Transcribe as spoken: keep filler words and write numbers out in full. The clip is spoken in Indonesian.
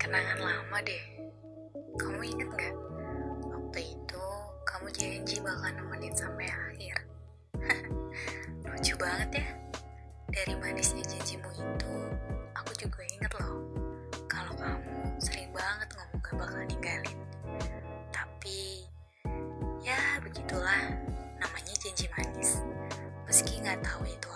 Kenangan lama deh. Kamu inget gak? Waktu itu kamu janji bakal nemenin sampai akhir. Lucu banget ya. Dari manisnya janjimu itu, aku juga inget loh. Kalau kamu sering banget ngomong gak bakal ninggalin. Tapi, ya begitulah. Namanya janji manis. Meski gak tahu itu